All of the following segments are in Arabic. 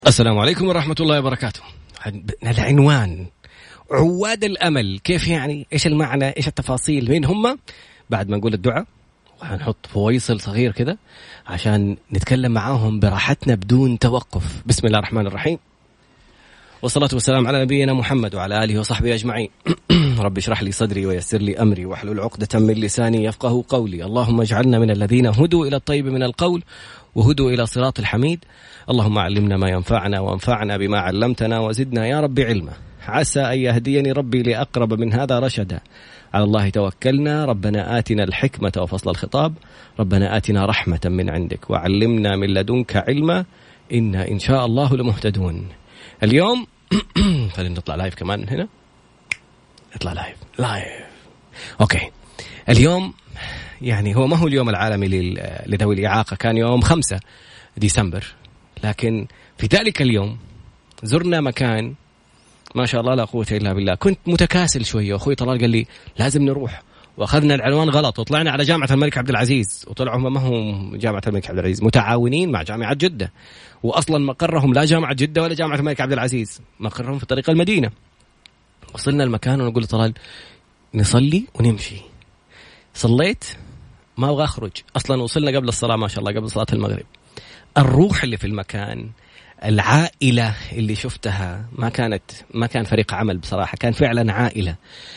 السلام عليكم ورحمة الله وبركاته. العنوان عواد الأمل، كيف يعني؟ إيش المعنى؟ إيش التفاصيل؟ مين هم؟ بعد ما نقول الدعاء وهنحط فويصل صغير كده عشان نتكلم معاهم براحتنا بدون توقف. بسم الله الرحمن الرحيم، والصلاة والسلام على نبينا محمد وعلى آله وصحبه أجمعين. رب اشرح لي صدري ويسر لي أمري واحلل عقدة من لساني يفقه قولي. اللهم اجعلنا من الذين هدوا إلى الطيب من القول وهدوا إلى صراط الحميد. اللهم علمنا ما ينفعنا وانفعنا بما علمتنا وزدنا يا رب علما. عسى أن يهديني ربي لأقرب من هذا رشدا. على الله توكلنا. ربنا آتنا الحكمة وفصل الخطاب. ربنا آتنا رحمة من عندك وعلمنا من لدنك علما إنا إن شاء الله لمهتدون. اليوم خلينا نطلع لايف كمان هنا. اطلع لايف. اوكي، اليوم يعني هو ما هو اليوم العالمي لذوي الإعاقة، كان يوم 5 ديسمبر، لكن في ذلك اليوم زرنا مكان ما شاء الله لا قوة إلا بالله. كنت متكاسل شوية وأخوي طلال قال لي لازم نروح، وأخذنا العنوان غلط وطلعنا على جامعة الملك عبد العزيز، وطلعوا ما هو جامعة الملك عبد العزيز، متعاونين مع جامعة جدة، وأصلا مقرهم لا جامعة جدة ولا جامعة الملك عبد العزيز، مقرهم في طريق المدينة. وصلنا المكان ونقول طلال نصلي ونمشي. صليت ما أبغى أخرج أصلا. وصلنا قبل الصلاة ما شاء الله، قبل صلاة المغرب. الروح اللي في المكان، العائلة اللي شفتها ما كان فريق عمل بصراحة، كان فعلا عائلة.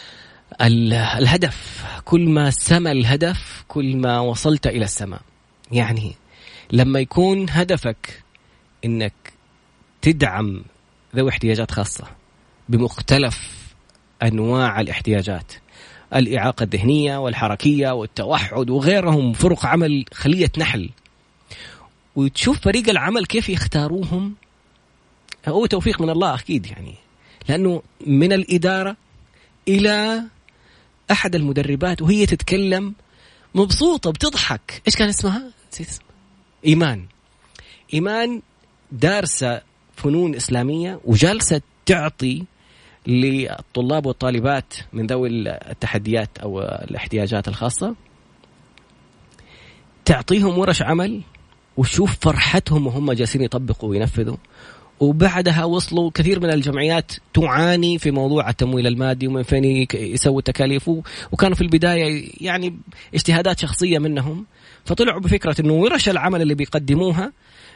الهدف، كل ما سمى الهدف كل ما وصلت إلى السماء. يعني لما يكون هدفك إنك تدعم ذوي احتياجات خاصة بمختلف أنواع الاحتياجات، الإعاقة الذهنية والحركية والتوحد وغيرهم، فرق عمل خلية نحل، وتشوف فريق العمل كيف يختاروهم، هو توفيق من الله أكيد يعني. لأنه من الإدارة إلى أحد المدربات وهي تتكلم مبسوطة بتضحك. إيش كان اسمها؟ نسيت اسمها. إيمان دارسة فنون إسلامية وجالسة تعطي للطلاب والطالبات من ذوي التحديات أو الاحتياجات الخاصة، تعطيهم ورش عمل وشوف فرحتهم وهم جالسين يطبقوا وينفذوا. وبعدها وصلوا كثير من الجمعيات تعاني في موضوع التمويل المادي ومن فين يسووا التكاليف، وكانوا في البداية يعني اجتهادات شخصية منهم، فطلعوا بفكرة إنه ورش العمل اللي بيقدموها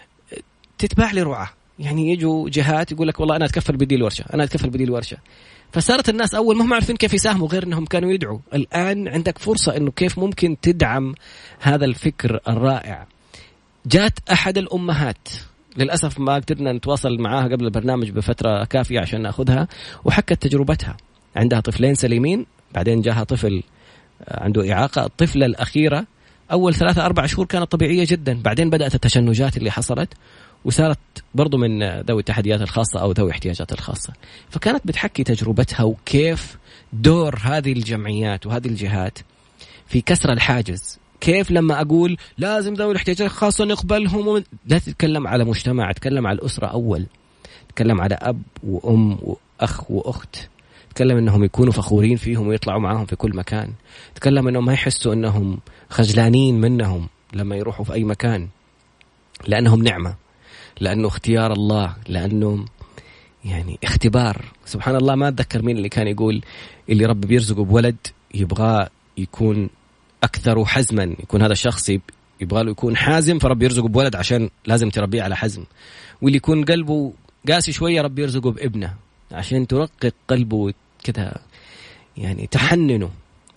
تتباع لرعاة. يعني يجوا جهات يقول لك والله أنا أتكفل بدي الورشة، أنا أتكفل بدي الورشة. فصارت الناس أول ما هم عارفين كيف يساهموا غير أنهم كانوا يدعوا. الآن عندك فرصة أنه كيف ممكن تدعم هذا الفكر الرائع. جات أحد الأمهات، للأسف ما قدرنا نتواصل معاها قبل البرنامج بفترة كافية عشان نأخذها، وحكت تجربتها. عندها طفلين سليمين، بعدين جاها طفل عنده إعاقة. الطفلة الأخيرة أول 3-4 شهور كانت طبيعية جدا، بعدين بدأت التشنجات اللي حصلت وصارت برضو من ذوي التحديات الخاصة أو ذوي احتياجات الخاصة. فكانت بتحكي تجربتها وكيف دور هذه الجمعيات وهذه الجهات في كسر الحاجز. كيف لما أقول لازم ذوي الاحتياجات الخاصة نقبلهم، لا تتكلم على مجتمع، تتكلم على الأسرة أول، تتكلم على أب وأم وأخ وأخت، تتكلم أنهم يكونوا فخورين فيهم ويطلعوا معهم في كل مكان، تتكلم أنهم ما يحسوا أنهم خجلانين منهم لما يروحوا في أي مكان، لأنهم نعمة، لأنه اختيار الله، لأنه يعني اختبار. سبحان الله، ما أتذكر مين اللي كان يقول اللي رب بيرزقه بولد يبغى يكون أكثر حزما، يكون هذا الشخص يبغى له يكون حازم، فرب يرزقه بولد عشان لازم تربيه على حزم. واللي يكون قلبه قاسي شوية رب يرزقه بابنه عشان ترقق قلبه كده، يعني تحننه.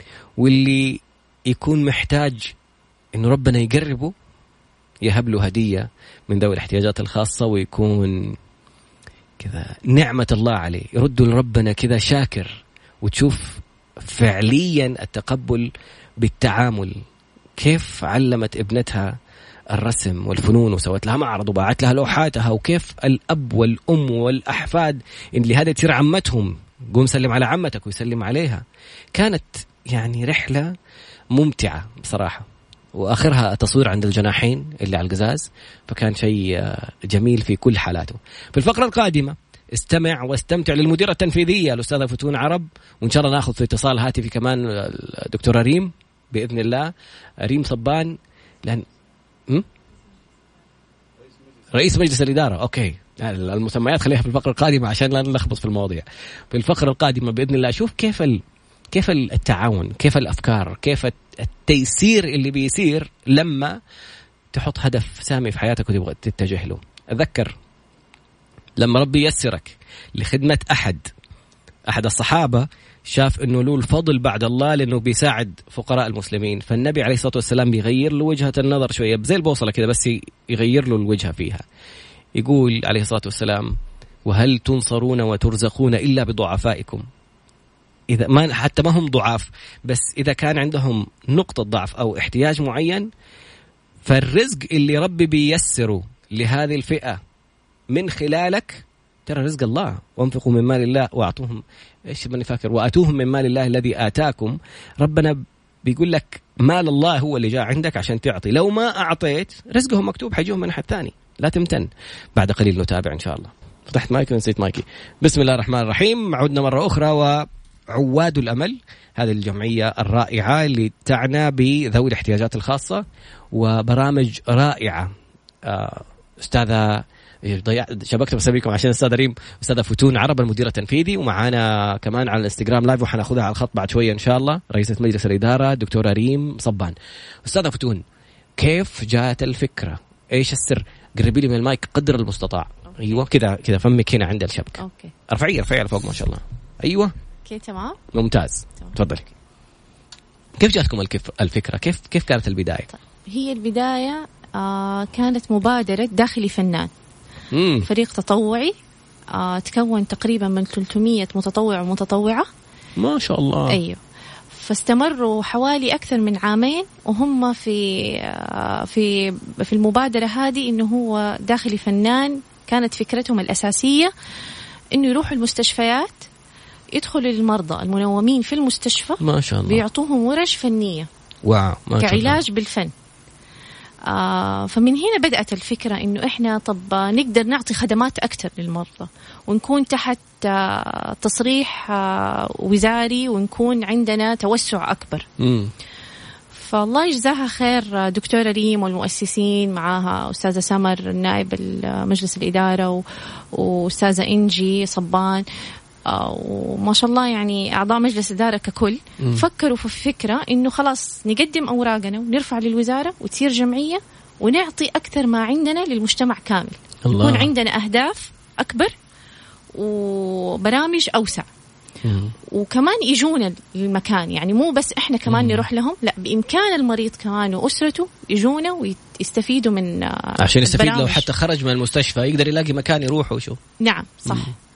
واللي يكون محتاج إنه ربنا يقربه يهب له هدية من ذوي الاحتياجات الخاصة ويكون كذا نعمة الله عليه، يرد لربنا كذا شاكر. وتشوف فعليا التقبل بالتعامل. كيف علمت ابنتها الرسم والفنون وسوت لها معرض وباعت لها لوحاتها، وكيف الأب والأم والأحفاد اللي هذه تصير عمتهم، قوم سلم على عمتك ويسلم عليها. كانت يعني رحلة ممتعة بصراحة، وآخرها تصوير عند الجناحين اللي على القزاز، فكان شيء جميل في كل حالاته. في الفقرة القادمة استمع واستمتع للمديرة التنفيذية الأستاذة فتون عرب، وإن شاء الله ناخذ في اتصال هاتفي كمان الدكتورة ريم بإذن الله، ريم صبان، لأن رئيس مجلس الإدارة. أوكي المسميات خليها في الفقرة القادمة عشان لا نلخبط في المواضيع. في الفقرة القادمة بإذن الله أشوف كيف التعاون، كيف الأفكار، كيف التيسير اللي بيصير لما تحط هدف سامي في حياتك وتبغى تتجه له. أذكر لما ربي يسرك لخدمة أحد الصحابة، شاف أنه له الفضل بعد الله لأنه بيساعد فقراء المسلمين، فالنبي عليه الصلاة والسلام بيغير له وجهة النظر شوية زي البوصلة كده، بس يغير له الوجهة فيها. يقول عليه الصلاة والسلام: وهل تنصرون وترزقون إلا بضعفائكم. إذا ما حتى ما هم ضعاف، بس إذا كان عندهم نقطة ضعف أو احتياج معين، فالرزق اللي ربي بيسره لهذه الفئة من خلالك ترى رزق الله. وانفقوا من مال الله وأعطوهم إيش ماني فاكر، وآتوهم من مال الله الذي آتاكم. ربنا بيقول لك مال الله هو اللي جاء عندك عشان تعطي، لو ما أعطيت رزقهم مكتوب حيجوهم من أحد ثاني. لا تمتن. بعد قليل نتابع إن شاء الله. فتحت مايكي ونسيت مايكي. بسم الله الرحمن الرحيم. عدنا مرة أخرى. وعواد الأمل هذه الجمعية الرائعة اللي تعنى بذوي الاحتياجات الخاصة، وبرامج رائعة. أستاذة شبكت بسبيكم عشان أستاذ ريم، أستاذة فتون عرب المدير التنفيذي، ومعانا كمان على الانستغرام لايف وحناخذها على الخط بعد شوية إن شاء الله رئيسة مجلس الإدارة دكتورة ريم صبان. أستاذة فتون، كيف جاءت الفكرة؟ إيش السر؟ قربي لي من المايك قدر المستطاع. أيوة كذا فمك هنا عند الشبكة. أوكي. ارفعي على فوق ما شاء الله. أيوة. أوكي تمام. ممتاز. تفضلي. كيف جاتكم الفكرة؟ كيف كانت البداية؟ طيب. هي البداية كانت مبادرة داخلي فنان. فريق تطوعي تكون تقريبا من 300 متطوع ومتطوعة. ما شاء الله. أيوه. فاستمروا حوالي أكثر من عامين وهم في المبادرة هذه، إنه هو داخلي فنان. كانت فكرتهم الأساسية إنه يروحوا المستشفيات، يدخلوا للمرضى المنومين في المستشفى، ما شاء الله، بيعطوهم ورش فنية. واو، ما شاء الله. كعلاج بالفن. فمن هنا بدأت الفكرة إنه إحنا طب نقدر نعطي خدمات أكتر للمرضى، ونكون تحت تصريح وزاري، ونكون عندنا توسع أكبر. فالله يجزاها خير دكتورة ريم والمؤسسين معاها أستاذة سمر نائب مجلس الإدارة وأستاذة إنجي صبان، وما شاء الله يعني أعضاء مجلس إدارة ككل فكروا في فكرة إنه خلاص نقدم أوراقنا ونرفع للوزارة وتصير جمعية، ونعطي أكثر ما عندنا للمجتمع كامل. الله. يكون عندنا أهداف أكبر وبرامج أوسع. وكمان يجونا للمكان، يعني مو بس إحنا كمان نروح لهم، لا، بإمكان المريض كمان وأسرته يجونا ويستفيدوا من عشان يستفيد البرامج. لو حتى خرج من المستشفى يقدر يلاقي مكان يروح وشو. نعم صح.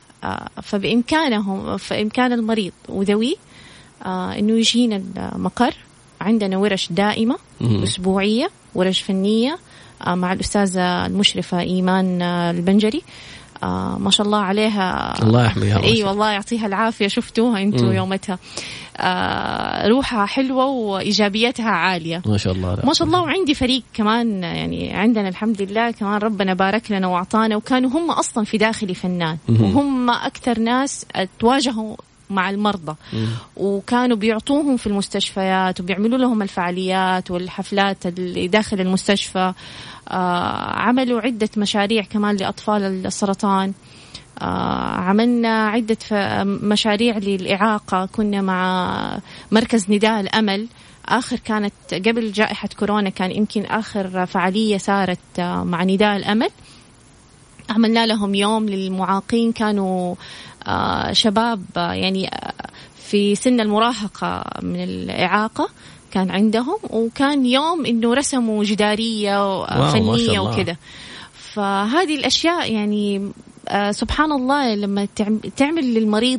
فبإمكان المريض وذوي إنه يجينا المقر. عندنا ورش دائمة أسبوعية، ورش فنية مع الأستاذة المشرفة إيمان البنجري، ما شاء الله عليها، الله يحميها. أي والله يعطيها العافية. شفتوها أنتوا يومتها، روحها حلوة وإيجابيتها عالية ما شاء الله. ما شاء الله. وعندي فريق كمان، يعني عندنا الحمد لله كمان ربنا بارك لنا وأعطانا، وكانوا هم أصلا في داخلي فنان، وهم أكثر ناس تواجهوا مع المرضى، وكانوا بيعطوهم في المستشفيات وبيعملوا لهم الفعاليات والحفلات اللي داخل المستشفى. عملوا عدة مشاريع كمان لأطفال السرطان. عملنا عدة مشاريع للإعاقة. كنا مع مركز نداء الأمل، آخر كانت قبل جائحة كورونا، كان يمكن آخر فعالية صارت مع نداء الأمل. عملنا لهم يوم للمعاقين، كانوا شباب يعني في سن المراهقة من الإعاقة كان عندهم، وكان يوم إنه رسموا جدارية فنية وكده. فهذه الأشياء يعني سبحان الله لما تعمل للمريض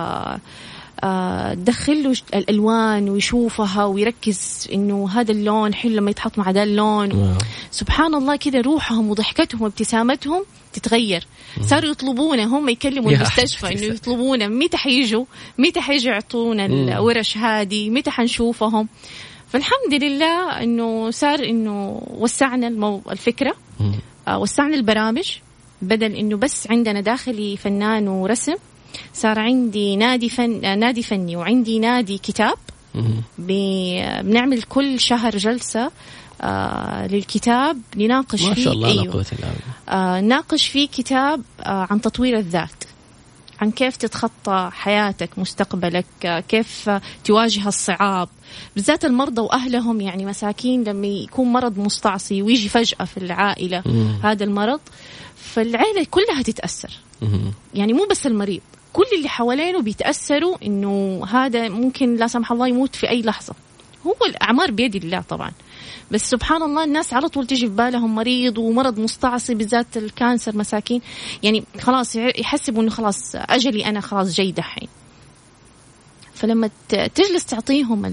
تدخله الألوان ويشوفها ويركز إنه هذا اللون حلو لما يتحط مع هذا اللون. سبحان الله كده روحهم وضحكتهم وابتسامتهم تتغير. صاروا يطلبونا، هم يكلموا المستشفى إنه يطلبونا متى حيجوا يعطونا الورش هذه، متى حنشوفهم. فالحمد لله إنه صار إنه وسعنا الفكرة، وسعنا البرامج، بدل إنه بس عندنا داخلي فنان ورسم، صار عندي نادي فني، وعندي نادي كتاب. بنعمل كل شهر جلسة للكتاب نناقش فيه. ما شاء الله. أيوه. ناقش فيه كتاب عن تطوير الذات، عن كيف تتخطى حياتك، مستقبلك، كيف تواجه الصعاب، بالذات المرضى وأهلهم. يعني مساكين لما يكون مرض مستعصي ويجي فجأة في العائلة هذا المرض، فالعائلة كلها تتأثر. يعني مو بس المريض، كل اللي حوالينه بيتأثروا إنه هذا ممكن لا سمح الله يموت في أي لحظة. هو الأعمار بيد الله طبعا، بس سبحان الله الناس على طول تجي في بالهم مريض ومرض مستعصي، بالذات الكانسر. مساكين يعني خلاص يحسبوا إنه خلاص أجلي أنا خلاص جاي دحين. فلما تجلس تعطيهم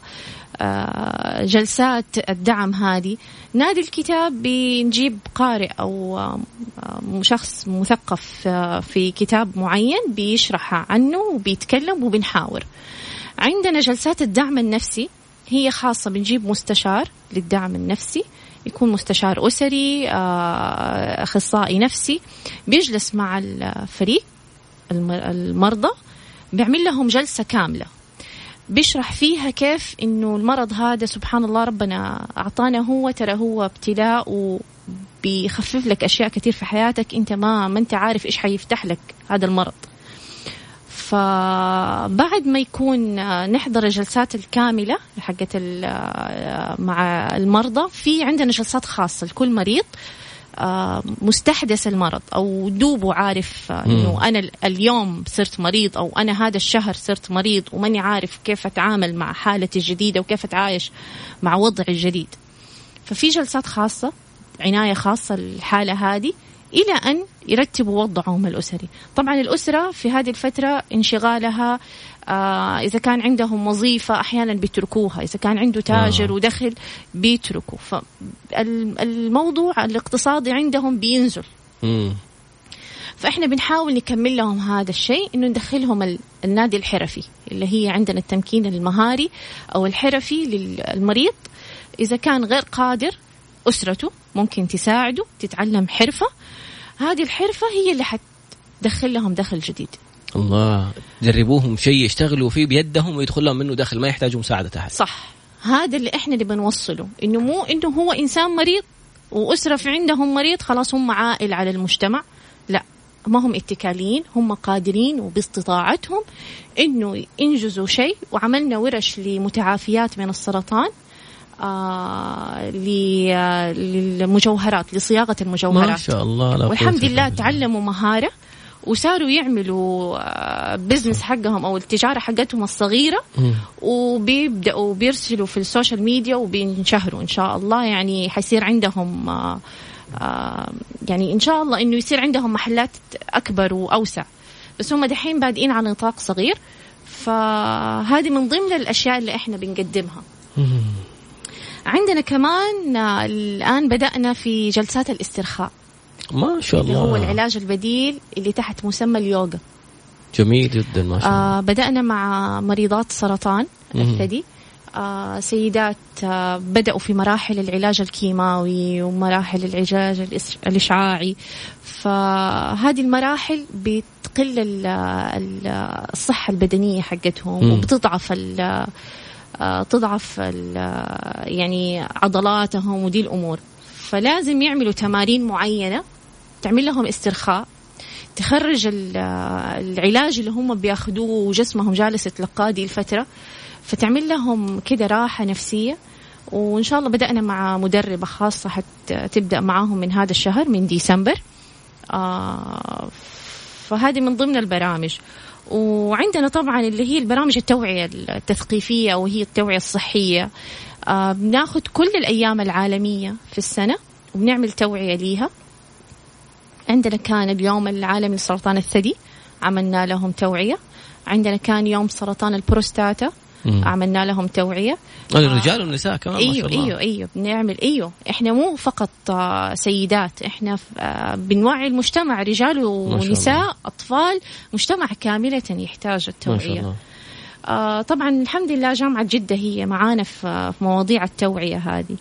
جلسات الدعم هذه، نادي الكتاب بنجيب قارئ أو شخص مثقف في كتاب معين بيشرح عنه وبيتكلم وبنحاور. عندنا جلسات الدعم النفسي هي خاصة، بنجيب مستشار للدعم النفسي، يكون مستشار أسري، أخصائي نفسي، بيجلس مع الفريق المرضى، بيعمل لهم جلسة كاملة بيشرح فيها كيف إنه المرض هذا سبحان الله ربنا أعطانا، هو ترى هو ابتلاء وبيخفف لك أشياء كتير في حياتك، أنت ما أنت عارف إيش حيفتح لك هذا المرض. فبعد ما يكون نحضر الجلسات الكاملة حقت مع المرضى، في عندنا جلسات خاصة لكل مريض مستحدث المرض أو دوبه عارف إنه أنا اليوم صرت مريض، أو أنا هذا الشهر صرت مريض وماني عارف كيف أتعامل مع حالتي الجديدة وكيف أتعايش مع وضعي الجديد. ففي جلسات خاصة، عناية خاصة للحالة هذه، إلى أن يرتبوا وضعهم الأسري. طبعا الأسرة في هذه الفترة انشغالها، إذا كان عندهم وظيفة أحيانا بيتركوها، إذا كان عنده تاجر ودخل بيتركوا، فالموضوع الاقتصادي عندهم بينزل. فإحنا بنحاول نكمل لهم هذا الشيء، إنه ندخلهم النادي الحرفي اللي هي عندنا التمكين المهاري أو الحرفي للمريض. إذا كان غير قادر، أسرته ممكن تساعده تتعلم حرفة، هذه الحرفة هي اللي حتدخل لهم دخل جديد. الله، جربوهم شيء يشتغلوا فيه بيدهم ويدخل لهم منه دخل، ما يحتاجوا مساعدة أحد. صح، هذا اللي إحنا اللي بنوصله، إنه مو إنه هو إنسان مريض وأسرة في عندهم مريض خلاص هم عائل على المجتمع، لا، ما هم اتكاليين، هم قادرين وباستطاعتهم إنه ينجزوا شيء. وعملنا ورش لمتعافيات من السرطان، للمجوهرات، لصياغة المجوهرات، ما شاء الله، والحمد لله تعلموا مهارة وصاروا يعملوا بزنس حقهم أو التجارة حقتهم الصغيرة، وبيبدأوا بيرسلوا في السوشيال ميديا وبينشهروا إن شاء الله. يعني حيصير عندهم يعني إن شاء الله إنه يصير عندهم محلات أكبر وأوسع، بس هم دحين بادئين على نطاق صغير. فهذه من ضمن الأشياء اللي إحنا بنقدمها. عندنا كمان الآن بدأنا في جلسات الاسترخاء، ما شاء الله، اللي هو العلاج البديل اللي تحت مسمى اليوغا. جميل جدا ما شاء الله. بدأنا مع مريضات سرطان الثدي، سيدات بدأوا في مراحل العلاج الكيماوي ومراحل العلاج الإشعاعي. فهذه المراحل بتقل الصحة البدنية حقتهم، وبتضعف يعني عضلاتهم ودي الأمور. فلازم يعملوا تمارين معينة تعمل لهم استرخاء، تخرج العلاج اللي هم بياخدوه وجسمهم جالس يتلقاه دي الفترة، فتعمل لهم كده راحة نفسية. وإن شاء الله بدأنا مع مدربة خاصة حتى تبدأ معاهم من هذا الشهر من ديسمبر. فهذه من ضمن البرامج. وعندنا طبعا اللي هي البرامج التوعية التثقيفية أو هي التوعية الصحية، بناخد كل الأيام العالمية في السنة وبنعمل توعية ليها. عندنا كان اليوم العالمي لسرطان الثدي، عملنا لهم توعية. عندنا كان يوم سرطان البروستاتا، عملنا لهم توعية. الرجال والنساء كمان. أيوه بنعمل إحنا مو فقط سيدات، إحنا بنوعي المجتمع، رجال ونساء، أطفال، مجتمع كاملة يحتاج التوعية. طبعا الحمد لله جامعة جدة هي معانا في مواضيع التوعية هذه.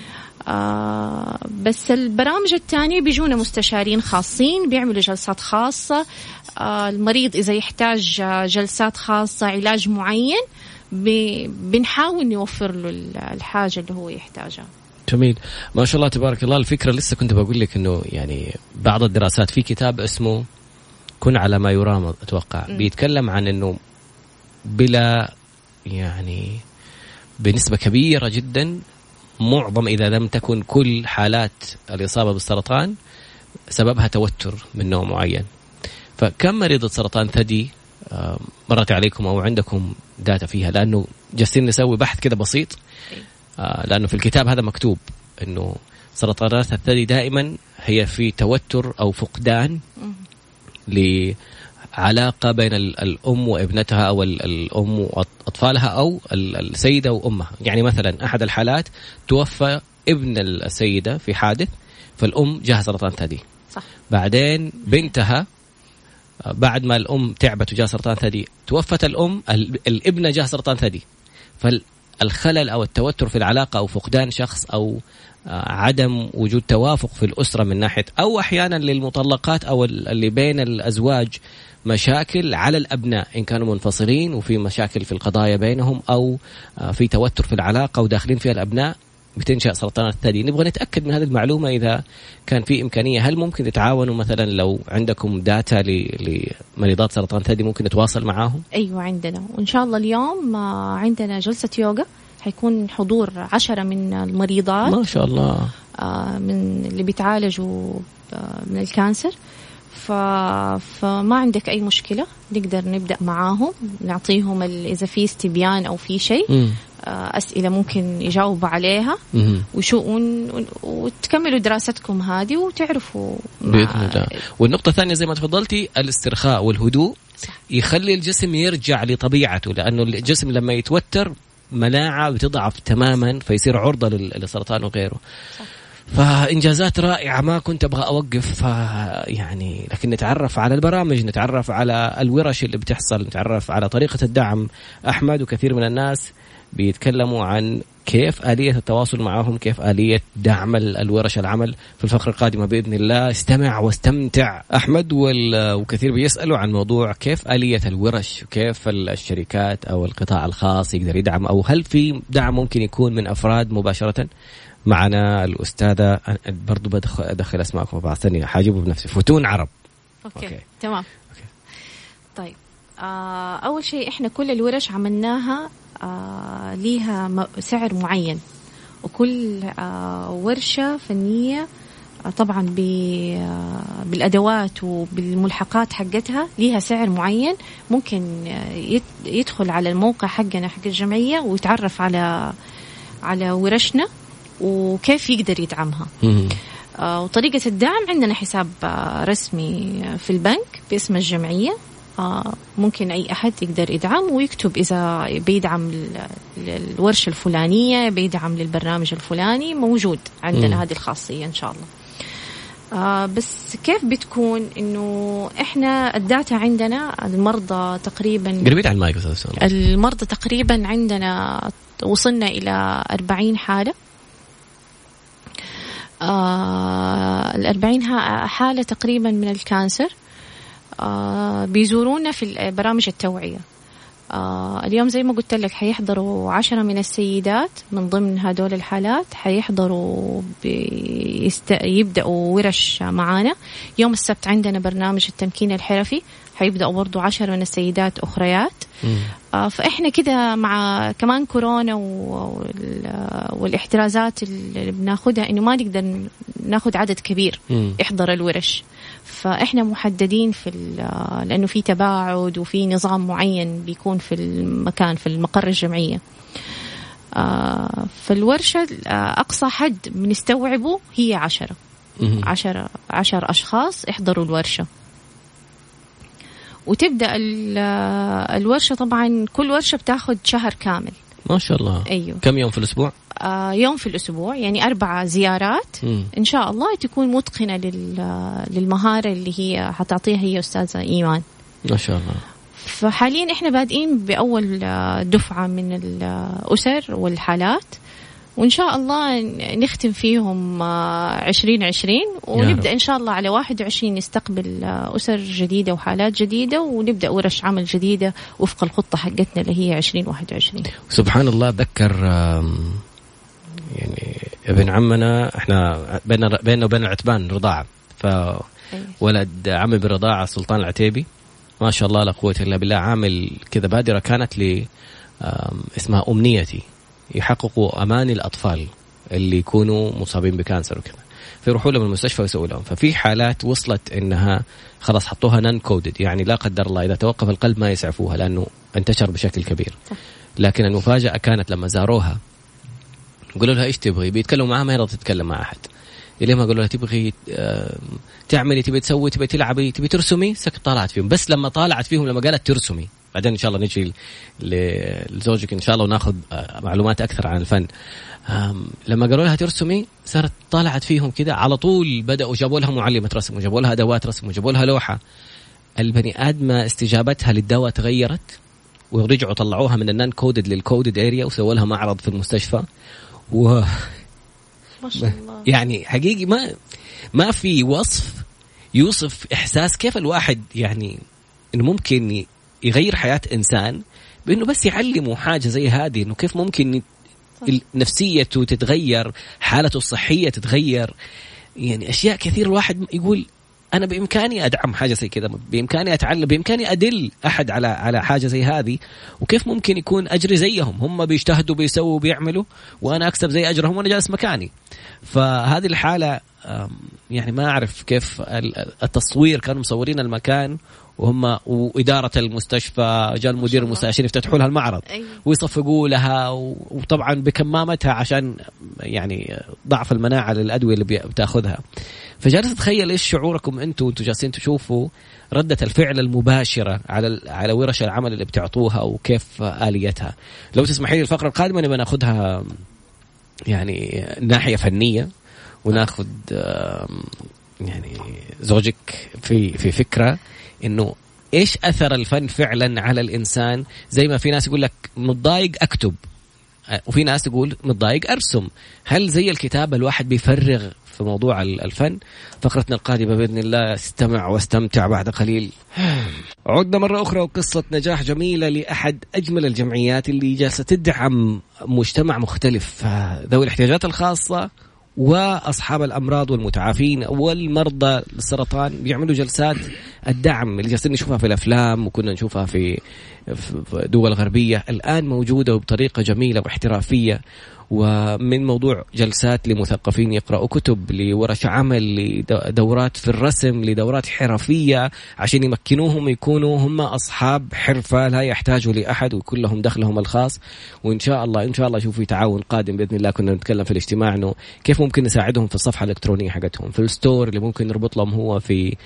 بس البرامج التانية بيجونا مستشارين خاصين بيعملوا جلسات خاصة. المريض إذا يحتاج جلسات خاصة علاج معين بنحاول نوفر له الحاجة اللي هو يحتاجها. جميل ما شاء الله تبارك الله. الفكرة لسه كنت بقول لك إنه يعني بعض الدراسات في كتاب اسمه كن على ما يرام أتوقع بيتكلم عن إنه بلا يعني بنسبة كبيرة جدا معظم إذا لم تكن كل حالات الإصابة بالسرطان سببها توتر من نوع معين. فكم مريضة سرطان ثدي مرت عليكم أو عندكم داتا فيها؟ لأنه جالسين نسوي بحث كده بسيط لأنه في الكتاب هذا مكتوب إنه سرطانات الثدي دائما هي في توتر أو فقدان لعلاقة بين الأم وابنتها أو الأم وأطفالها أو السيدة وأمها. يعني مثلا أحد الحالات توفى ابن السيدة في حادث فالأم جاها سرطان ثدي صح. بعدين بنتها بعد ما الأم تعبت وجاء سرطان ثدي توفت الأم الابنة جاء سرطان ثدي. فالخلل أو التوتر في العلاقة أو فقدان شخص أو عدم وجود توافق في الأسرة من ناحية أو أحيانا للمطلقات أو اللي بين الأزواج مشاكل على الأبناء إن كانوا منفصلين وفي مشاكل في القضايا بينهم أو في توتر في العلاقة وداخلين فيها الأبناء بتنشأ سرطانات الثدي. نبغى نتأكد من هذه المعلومة إذا كان في إمكانية. هل ممكن تتعاونوا مثلا لو عندكم داتا لمريضات سرطان ثدي ممكن نتواصل معاهم؟ أيوة عندنا وإن شاء الله اليوم عندنا جلسة يوغا حيكون حضور 10 من المريضات ما شاء الله من اللي بيتعالجوا من الكانسر. فما عندك أي مشكلة نقدر نبدأ معاهم نعطيهم إذا في استبيان أو في شيء أسئلة ممكن يجاوبوا عليها وتكملوا دراستكم هذه وتعرفوا بإذن الله. والنقطة الثانية زي ما تفضلتي الاسترخاء والهدوء صح. يخلي الجسم يرجع لطبيعته لأنه الجسم لما يتوتر مناعة بتضعف تماما فيصير عرضة للسرطان وغيره صح. فإنجازات رائعة ما كنت أبغى أوقف يعني لكن نتعرف على البرامج نتعرف على الورش اللي بتحصل نتعرف على طريقة الدعم. أحمد وكثير من الناس بيتكلموا عن كيف آلية التواصل معهم كيف آلية دعم الورش العمل. في الفقرة القادمة بإذن الله استمع واستمتع أحمد وكثير بيسألوا عن موضوع كيف آلية الورش وكيف الشركات أو القطاع الخاص يقدر يدعم أو هل في دعم ممكن يكون من أفراد مباشرة. معنا الأستاذة برضو بدخل أسماءكم بعض ثانية حاجبه بنفسي فتون عرب. أوكي. تمام أوكي. طيب أول شيء إحنا كل الورش عملناها ليها سعر معين وكل ورشة فنية طبعا بالأدوات وبالملحقات حقتها ليها سعر معين. ممكن يدخل على الموقع حقنا حق الجمعية ويتعرف على ورشنا وكيف يقدر يدعمها. وطريقة الدعم عندنا حساب رسمي في البنك باسم الجمعية ممكن أي أحد يقدر يدعم ويكتب إذا بيدعم الورشة الفلانية بيدعم للبرنامج الفلاني موجود عندنا هذه الخاصية إن شاء الله. بس كيف بتكون إنه إحنا الداتا عندنا المرضى تقريبا قربت على المايك المرضى تقريبا عندنا وصلنا إلى 40 حالة. 40 حالة تقريبا من الكانسر بيزورونا في برامج التوعية. اليوم زي ما قلت لك حيحضروا 10 من السيدات من ضمن هدول الحالات حيحضروا يبدأوا ورش معانا. يوم السبت عندنا برنامج التمكين الحرفي حيبدأوا برضو 10 من السيدات أخريات. فإحنا كده مع كمان كورونا والاحترازات اللي بناخدها إنه ما نقدر ناخد عدد كبير يحضر الورش. فإحنا محددين لأنه في تباعد وفي نظام معين بيكون في المكان في المقر الجمعية. فالورشة أقصى حد بنستوعبه هي 10 أشخاص يحضروا الورشة. وتبدأ الورشة طبعا كل ورشة بتاخد شهر كامل ما شاء الله. أيوه. كم يوم في الأسبوع؟ يوم في الأسبوع يعني 4 زيارات إن شاء الله تكون متقنة للمهارة اللي هي حتعطيها هي أستاذة إيمان ما شاء الله. فحاليا إحنا بادئين بأول دفعة من الأسر والحالات وإن شاء الله نختم فيهم 2020 ونبدأ إن شاء الله على 21 نستقبل أسر جديدة وحالات جديدة ونبدأ ورش عمل جديدة وفق الخطة حقتنا اللي هي 2021. سبحان الله. أتذكر يعني ابن عمنا احنا بيننا وبين العتبان رضاعة، فولد عمي بالرضاعة سلطان العتيبي ما شاء الله لا قوة إلا بالله، عامل كذا بادرة كانت لي اسمها أمنيتي، يحققوا أمان الأطفال اللي يكونوا مصابين بكانسر وكذا، فيروحوا لهم المستشفى ويسووا لهم. ففي حالات وصلت إنها خلاص حطوها نان كودد، يعني لا قدر الله إذا توقف القلب ما يسعفوها لأنه انتشر بشكل كبير. لكن المفاجأة كانت لما زاروها قالوا لها إيش تبغي، بيتكلموا معها ما يرضى تتكلم مع أحد، إلي ما قالوا لها تبغي تعملي، تبي تسوي، تبي تلعبي، تبي ترسمي، طالعت فيهم. بس لما طالعت فيهم لما قالت ترسمي، بعدين إن شاء الله نجي لزوجك إن شاء الله وناخذ معلومات أكثر عن الفن. لما قالوا لها ترسمي صارت طالعت فيهم كده على طول، بدأوا جابوا لها معلمة رسم وجابوا لها أدوات رسم وجابوا لها لوحة. البني آدمة استجابتها للدواء تغيرت، ورجعوا طلعوها من النان كودد للكودد اريا وسووا لها معرض في المستشفى. ما شاء الله. يعني حقيقي ما في وصف يوصف إحساس كيف الواحد يعني إنه ممكن يغير حياة إنسان بإنه بس يعلمه حاجة زي هذه، إنه كيف ممكن نفسيته تتغير، حالته الصحية تتغير. يعني أشياء كثير الواحد يقول أنا بإمكاني أدعم حاجة زي كذا، بإمكاني أتعلم، بإمكاني أدل أحد على حاجة زي هذه، وكيف ممكن يكون أجري زيهم، هم بيجتهدوا بيسووا بيعملوا وأنا أكسب زي أجرهم وأنا جالس مكاني. فهذه الحالة يعني ما أعرف كيف التصوير كانوا مصورين المكان وهم وإدارة المستشفى جاء المدير المستشفى عشان يفتتحوا لها المعرض ويصفقوا لها، وطبعا بكمامتها عشان يعني ضعف المناعة للأدوية اللي بتاخذها. فجالس أتخيل إيش شعوركم أنتوا جالسين تشوفوا ردة الفعل المباشرة على ورش العمل اللي بتعطوها وكيف آليتها. لو تسمحي لي الفقرة القادمة نبغى ناخذها يعني ناحية فنية، وناخذ يعني زوجك في فكرة إنه إيش أثر الفن فعلا على الإنسان. زي ما في ناس يقول لك متضايق أكتب، وفي ناس تقول متضايق أرسم. هل زي الكتابة الواحد بيفرغ في موضوع الفن؟ فقرتنا القادمة بإذن الله استمع واستمتع بعد قليل. عدنا مرة أخرى وقصة نجاح جميلة لأحد أجمل الجمعيات اللي جالسة تدعم مجتمع مختلف، ذوي الاحتياجات الخاصة وأصحاب الأمراض والمتعافين والمرضى السرطان. بيعملوا جلسات الدعم اللي جالسين نشوفها في الأفلام وكنا نشوفها في دول غربية، الآن موجودة وبطريقة جميلة واحترافية. ومن موضوع جلسات لمثقفين يقرأوا كتب، لورش عمل، لدورات في الرسم، لدورات حرفية عشان يمكنوهم يكونوا هم أصحاب حرفة لا يحتاجوا لأحد ويكون لهم دخلهم الخاص. وإن شاء الله شوفوا تعاون قادم بإذن الله. كنا نتكلم في الاجتماع إنه كيف ممكن نساعدهم في الصفحة الإلكترونية حقتهم، في الستور اللي ممكن نربط لهم هو في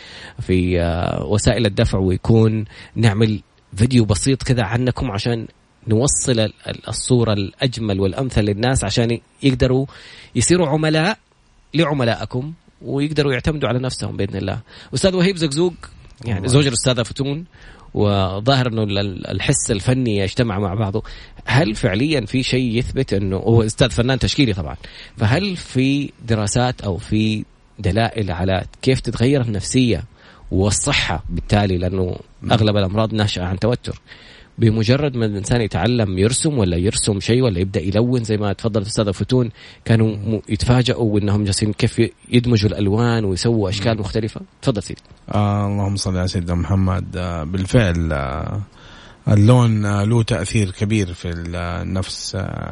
وسائل الدفع، ويكون نعمل فيديو بسيط كذا عنكم عشان نوصل الصورة الأجمل والأمثل للناس عشان يقدروا يصيروا عملاء لعملائكم ويقدروا يعتمدوا على نفسهم بإذن الله. أستاذ وهيب زقزوق يعني زوج الأستاذة فتون، وظاهر أنه الحس الفني يجتمع مع بعضه. هل فعليا في شيء يثبت أنه هو أستاذ فنان تشكيلي طبعا، فهل في دراسات أو في دلائل على كيف تتغير النفسية والصحة بالتالي، لأنه أغلب الأمراض ناشئة عن توتر، بمجرد ما الإنسان يتعلم يرسم ولا يرسم شيء ولا يبدأ يلون زي ما تفضلت أستاذة فتون، كانوا يتفاجئوا وإنهم جالسين كيف يدمجوا الألوان ويسووا أشكال مختلفة. تفضل سيدي. اللهم صل على سيدنا محمد. بالفعل اللون له تأثير كبير في النفس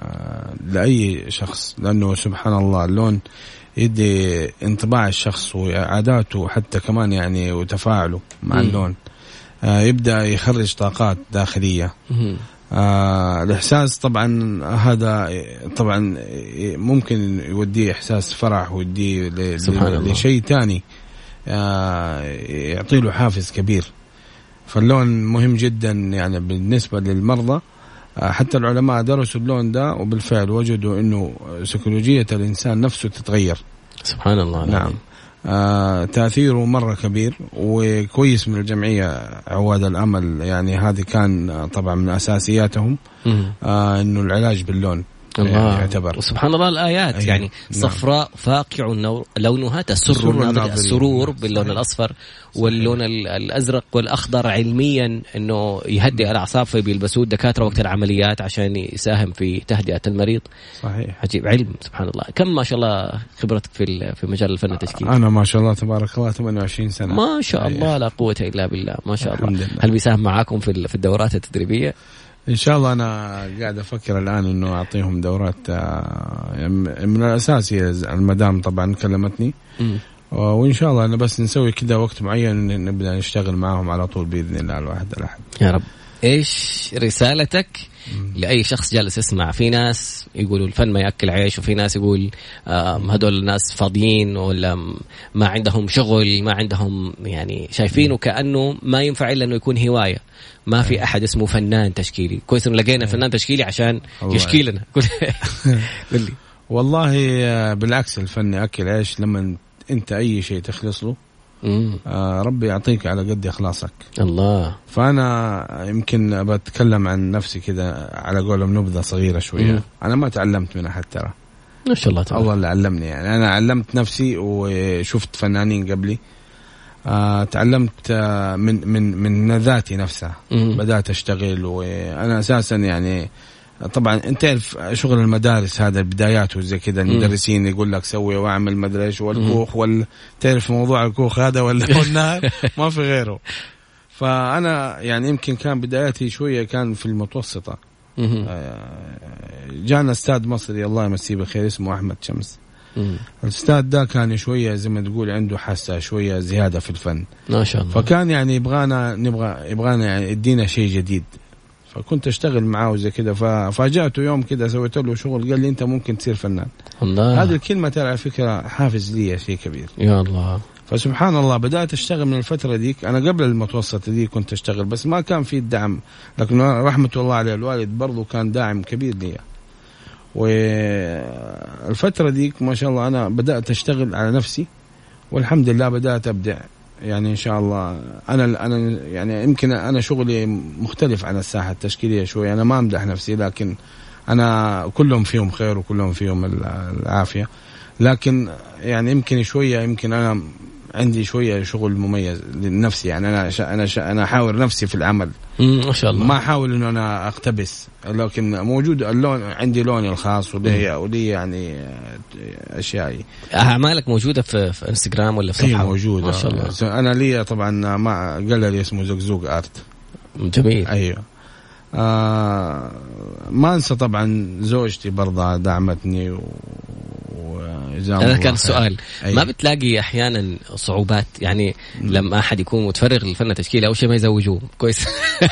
لأي شخص، لأنه سبحان الله اللون يدي انطباع الشخص وعاداته حتى كمان يعني وتفاعله مع اللون. يبدأ يخرج طاقات داخلية. الإحساس طبعا هذا طبعا ممكن يوديه إحساس فرح ويوديه لشيء تاني يعطيله حافز كبير. فاللون مهم جدا يعني بالنسبة للمرضى. حتى العلماء درسوا اللون ده وبالفعل وجدوا إنه سيكولوجية الإنسان نفسه تتغير. سبحان الله. نعم. تأثيره مرة كبير وكويس من الجمعية عواد الأمل. يعني هذه كان طبعا من أساسياتهم إنه العلاج باللون. الله يعتبر. وسبحان الله الآيات يعني صفراء فاقع لونها تسر الناظر، السرور باللون الأصفر واللون الأزرق والأخضر علميا أنه يهدئ الأعصاب، فبيلبسوه الدكاترة وقت العمليات عشان يساهم في تهدئة المريض. صحيح. عجيب، علم سبحان الله. كم ما شاء الله خبرتك في مجال الفن التشكيلي؟ أنا ما شاء الله تبارك الله 28 سنة ما شاء الله، لا قوة إلا بالله، ما شاء الله. هل بيساهم معاكم في الدورات التدريبية؟ إن شاء الله. أنا قاعد أفكر الآن إنه أعطيهم دورات من الأساس. المدام طبعا كلمتني وإن شاء الله أنا بس نسوي كده وقت معين نبدأ نشتغل معهم على طول بإذن الله الواحد الأحد يا رب. إيش رسالتك لأي شخص جالس يسمع؟ في ناس يقولوا الفن ما يأكل عيش، وفي ناس يقول هدول الناس فاضيين ولا ما عندهم شغل، ما عندهم يعني شايفينه كأنه ما ينفع إلا أنه يكون هواية. ما في أحد اسمه فنان تشكيلي. كويس إنه لقينا فنان تشكيلي عشان يشكي لنا. قل لي. والله بالعكس، الفن يأكل عيش لما أنت أي شيء تخلص له ربي يعطيك على قد إخلاصك. الله. فأنا يمكن بتكلم عن نفسي كده على قولهم نبذة صغيرة شوية. أنا ما تعلمت من أحد ترى، ما شاء الله الله اللي علمني. يعني أنا علمت نفسي وشفت فنانين قبلي. تعلمت من ذاتي نفسها. بدأت أشتغل وأنا أساسا يعني طبعا انت تعرف شغل المدارس هذا البدايات وزي كده، المدرسين يقول لك سوي واعمل مدري ايش والكوخ تعرف موضوع الكوخ هذا ولا النار ما في غيره. فانا يعني يمكن كان بداياتي شويه كان في المتوسطه. جانا استاذ مصري الله يمسيه بالخير اسمه احمد شمس. الاستاذ ده كان شويه زي ما تقول عنده حاسه شويه زياده في الفن ما شاء الله. فكان يعني يبغانا يعني يدينا شيء جديد. فكنت أشتغل معاه وزي كده. ففاجأته يوم كده سويت له شغل قال لي أنت ممكن تصير فنان. الله. هذه الكلمة ترى على فكرة حافز لي شيء كبير. يا الله. فسبحان الله بدأت أشتغل من الفترة ديك. أنا قبل المتوسط دي كنت أشتغل بس ما كان في الدعم، لكن رحمة الله عليه الوالد برضو كان داعم كبير لي. والفترة ديك ما شاء الله أنا بدأت أشتغل على نفسي والحمد لله بدأت أبدع. يعني إن شاء الله أنا يعني يمكن أنا شغلي مختلف عن الساحة التشكيلية شوي. أنا ما أمدح نفسي لكن أنا كلهم فيهم خير وكلهم فيهم العافية. لكن يعني يمكن شوية يمكن أنا عندي شوية شغل مميز لنفسي. يعني أنا أحاور نفسي في العمل ما شاء الله. ما أحاول إنه أنا أقتبس، لكن موجود اللون عندي لوني الخاص ولي يعني أشيائي. أعمالك موجودة في إنستغرام ولا في صفحة؟ موجودة ما شاء الله. أنا لي طبعا مع قلري اسمه زقزوق آرت. جميل. أيوه. ما أنسى طبعا زوجتي برضه دعمتني هذا كان السؤال. ما بتلاقي أحيانا صعوبات يعني لما أحد يكون متفرغ للفن التشكيلي أول شيء ما يزوجوه كويس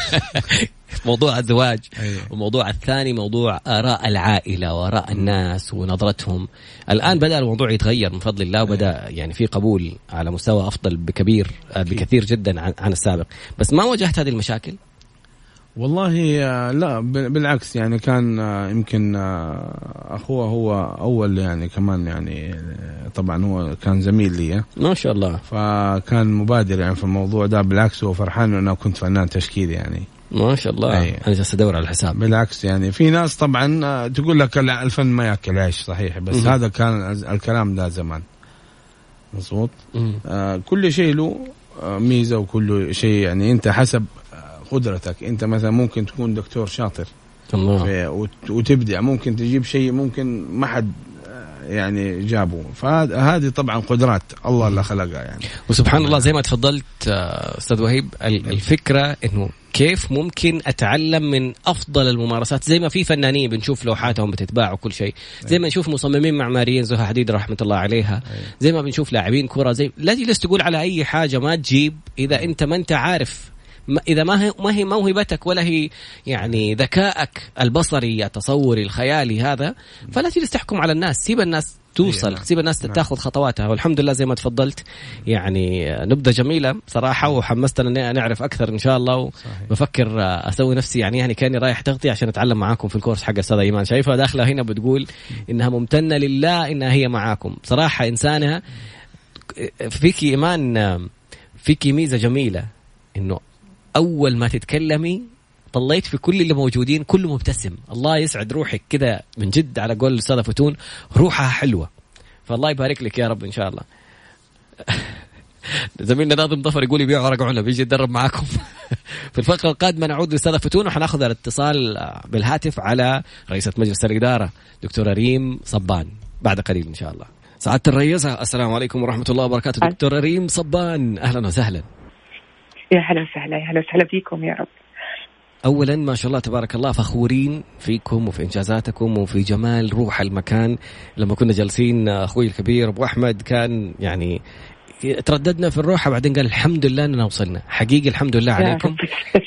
موضوع الزواج. وموضوع الثاني موضوع آراء العائلة وآراء الناس ونظرتهم. الآن بدأ الموضوع يتغير من فضل الله وبدأ يعني في قبول على مستوى أفضل بكثير جدا عن السابق. بس ما واجهت هذه المشاكل؟ والله لا بالعكس. يعني كان يمكن أخوه هو أول يعني كمان يعني طبعا هو كان زميل لي ما شاء الله. فكان مبادر يعني في الموضوع ده. بالعكس هو فرحان أنه كنت فنان تشكيلي يعني ما شاء الله. أنا جالس أدور على الحساب. بالعكس يعني في ناس طبعا تقول لك الفن ما يأكل عيش صحيح بس هذا كان الكلام ده زمان مظبوط. كل شيء له ميزة وكل شيء يعني أنت حسب قدرتك. انت مثلا ممكن تكون دكتور شاطر الله وتبدع، ممكن تجيب شيء ممكن ما حد يعني جابه. فهذه طبعا قدرات الله اللي خلقها يعني. وسبحان الله زي ما تفضلت أستاذ وهيب الفكرة إنه كيف ممكن أتعلم من أفضل الممارسات. زي ما في فنانين بنشوف لوحاتهم بتتباع وكل شيء، زي ما نشوف مصممين معماريين زها حديد رحمة الله عليها، زي ما بنشوف لاعبين كرة. زي لا تجلس تقول على أي حاجة ما تجيب إذا أنت ما أنت عارف، إذا ما هي موهبتك ولا هي يعني ذكائك البصري التصوري الخيالي هذا، فلا تجلس تحكم على الناس. سيب الناس توصل، سيب الناس تاخذ خطواتها. والحمد لله زي ما تفضلت يعني نبذة جميلة صراحة وحمستنا نعرف أكثر إن شاء الله. وبفكر أسوي نفسي يعني كاني رايح تغطية عشان أتعلم معاكم في الكورس حق أستاذة إيمان. شايفها داخلة هنا بتقول إنها ممتنة لله إنها هي معاكم صراحة. إنسانها فيكي إيمان، فيكي ميزة جميلة إنه أول ما تتكلمي طليت في كل اللي موجودين كله مبتسم. الله يسعد روحك كذا من جد، على قول الأستاذة فتون روحها حلوة، فالله يبارك لك يا رب إن شاء الله. زميلنا ناظم ظفر يقول يبيع ورق عنب بيجي يتدرب معاكم. في الفقرة القادمة نعود للأستاذة فتون وحناخذ الاتصال بالهاتف على رئيسة مجلس الإدارة دكتورة ريم صبان بعد قليل إن شاء الله. سعادة الرئيسة السلام عليكم ورحمة الله وبركاته. دكتورة ريم صبان أهلا وسهلا. يا هلا وسهلا، يا هلا وسهلا فيكم يا رب. أولا ما شاء الله تبارك الله فخورين فيكم وفي إنجازاتكم وفي جمال روح المكان. لما كنا جالسين أخوي الكبير أبو أحمد كان يعني ترددنا في الروحة، بعدين قال الحمد لله أننا وصلنا. حقيقي الحمد لله عليكم.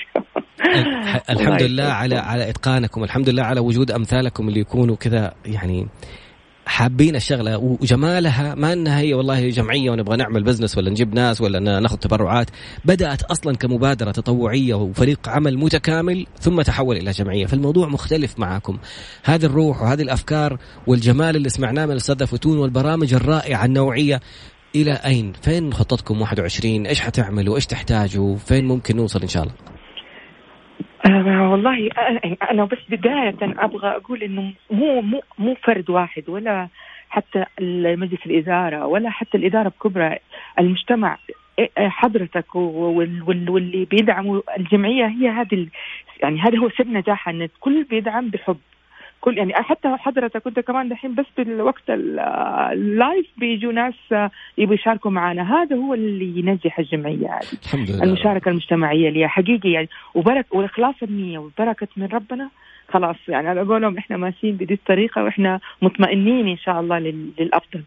الحمد لله على إتقانكم، الحمد لله على وجود أمثالكم اللي يكونوا كذا يعني حابين الشغلة وجمالها. ما أنها هي والله جمعية ونبغى نعمل بزنس ولا نجيب ناس ولا ناخذ تبرعات، بدأت أصلا كمبادرة تطوعية وفريق عمل متكامل ثم تحول إلى جمعية. فالموضوع مختلف معكم. هذه الروح وهذه الأفكار والجمال اللي سمعناه من الأستاذة فتون والبرامج الرائعة النوعية إلى أين؟ فين خطتكم 21؟ إيش حتعملوا؟ إيش تحتاجوا؟ فين ممكن نوصل إن شاء الله؟ والله أنا بس بداية أبغى أقول إنه مو فرد واحد ولا حتى مجلس الإدارة ولا حتى الإدارة بكبرى، المجتمع حضرتك واللي بيدعموا الجمعية هي هذه يعني هذا هو سر نجاحها، إن الكل بيدعم بحب. كل يعني حتى حضرتك كنت كمان دحين بس بالوقت اللايف بيجوا ناس يبوا يشاركوا معنا، هذا هو اللي ينجح الجمعية هذه، المشاركة المجتمعية اللي حقيقي يعني والإخلاص النية والبركة من ربنا. خلاص يعني أنا أقول لهم إحنا ماشيين بدي الطريقة وإحنا مطمئنين إن شاء الله للأفضل.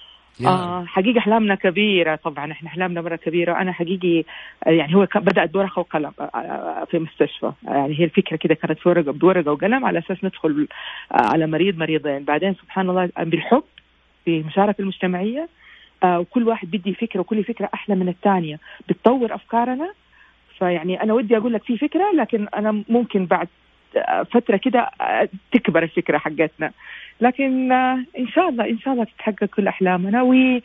حقيقة أحلامنا كبيرة، طبعا إحنا أحلامنا مرة كبيرة. أنا حقيقي يعني هو بدأت بورقة وقلم في مستشفى، يعني هي الفكرة كده كانت في بورقة وقلم على أساس ندخل على مريضين، بعدين سبحان الله بالحب في مشاركة المجتمعية، وكل واحد بدي فكرة وكل فكرة أحلى من الثانية بتطور أفكارنا. فيعني أنا ودي أقول لك في فكرة، لكن أنا ممكن بعد فترة كده تكبر الفكرة حقتنا، لكن إن شاء الله تتحقق كل أحلامنا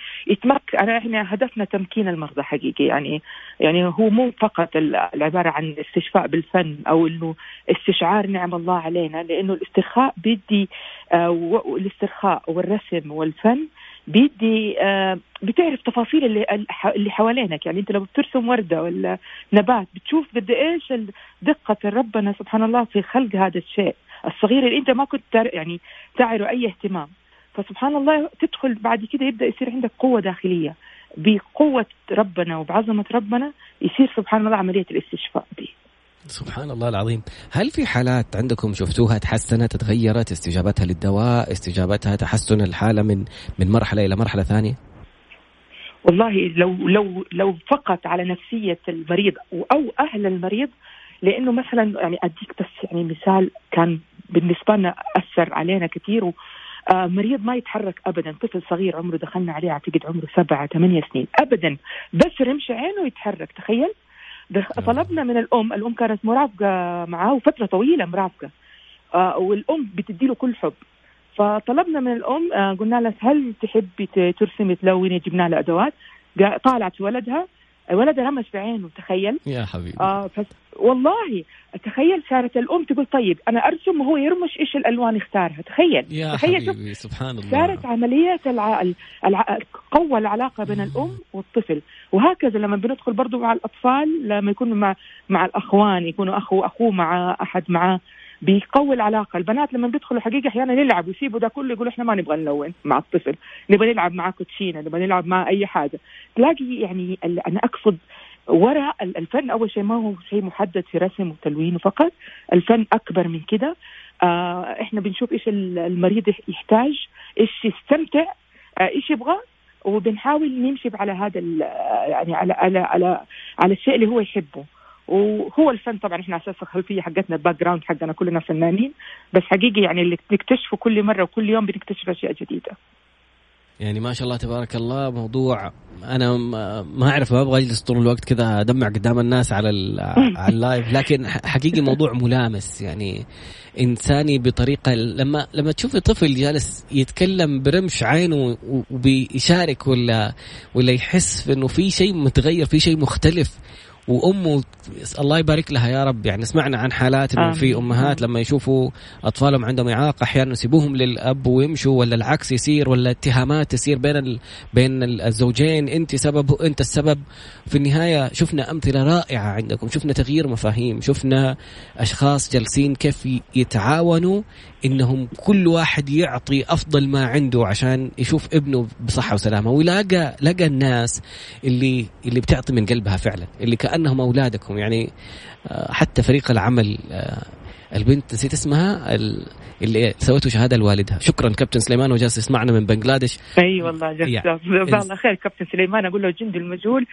إحنا هدفنا تمكين المرضى حقيقي. يعني هو مو فقط العبارة عن استشفاء بالفن أو إنه استشعار نعم الله علينا، لأنه الاسترخاء بيدي الاسترخاء والرسم والفن بيدي بتعرف تفاصيل اللي حوالينك. يعني أنت لو بترسم وردة ولا نبات بتشوف قد إيش دقة ربنا سبحان الله في خلق هذا الشيء الصغير اللي أنت ما كنت يعني تعيره أي اهتمام. فسبحان الله تدخل بعد كده يبدأ يصير عندك قوة داخلية بقوة ربنا وبعظمة ربنا، يصير سبحان الله عملية الاستشفاء دي. سبحان الله العظيم. هل في حالات عندكم شفتوها تحسنت تغيرت استجابتها للدواء، استجابتها تحسن الحالة من مرحلة إلى مرحلة ثانية؟ والله لو فقط على نفسية المريض أو أهل المريض، لأنه مثلا يعني أديك بس يعني مثال كان بالنسبة لنا أثر علينا كثير. مريض ما يتحرك أبدا، طفل صغير عمره دخلنا عليه أعتقد عمره 7-8 سنين أبدا، بس رمش عينه يتحرك. تخيل طلبنا من الأم كانت مرافقة معه وفترة طويلة مرافقة، والأم بتديله كل حب. فطلبنا من الأم قلنا لها هل تحبي ترسمي تلوني؟ جبنا لها أدوات، طالعت ولدها رمش بعينه. تخيل يا حبيبي. والله تخيل صارت الأم تقول طيب أنا أرسم وهو يرمش إيش الألوان اختارها. تخيل يا حبيبي سبحان الله. صارت عملية قوة العلاقة بين الأم والطفل. وهكذا لما بندخل برضو مع الأطفال، لما يكونوا مع الأخوان، يكونوا أخوه مع أحد معه، بيقوي العلاقة. البنات لما بيدخلوا حقيقة أحيانا يلعبوا يسيبوا ده كله، يقولوا إحنا ما نبغى نلون مع الطفل، نبغى نلعب معاه كوتشينة، نبغى نلعب مع أي حاجة. تلاقي يعني أنا أقصد وراء الفن أول شيء ما هو شيء محدد في رسم وتلوين فقط، الفن أكبر من كده. إحنا بنشوف إيش المريض يحتاج، إيش يستمتع، إيش يبغى، وبنحاول نمشي على هذا يعني على الشيء اللي هو يحبه. وهو الفن طبعا احنا اساس الخلفيه حقتنا الباك جراوند حقنا كلنا فنانين، بس حقيقي يعني اللي نكتشفه كل مره وكل يوم بنكتشف اشياء جديده. يعني ما شاء الله تبارك الله. موضوع انا ما اعرف، ما ابغى اجلس طول الوقت كذا ادمع قدام الناس على اللايف، لكن حقيقي موضوع ملامس يعني انساني بطريقه. لما تشوف طفل جالس يتكلم برمش عينه وبيشارك ولا يحس انه في شيء متغير، في شيء مختلف، وأمه الله يبارك لها يا رب، يعني سمعنا عن حالات إنه في أمهات لما يشوفوا أطفالهم عندهم إعاقة أحيانا يسيبوهم للأب ويمشوا، ولا العكس يصير، ولا اتهامات تصير بين الزوجين، أنت سبب أنت السبب. في النهاية شفنا أمثلة رائعة عندكم، شفنا تغيير مفاهيم، شفنا أشخاص جالسين كيف يتعاونوا إنهم كل واحد يعطي أفضل ما عنده عشان يشوف ابنه بصحة وسلامة، لقى الناس اللي بتعطي من قلبها فعلا، اللي كأنهم أولادكم. يعني حتى فريق العمل، البنت نسيت اسمها اللي سويته شهادة لوالدها. شكرا كابتن سليمان، وجالس يسمعنا من بنغلاديش. اي والله جزاك الله خير كابتن سليمان، اقول له جند المجهول،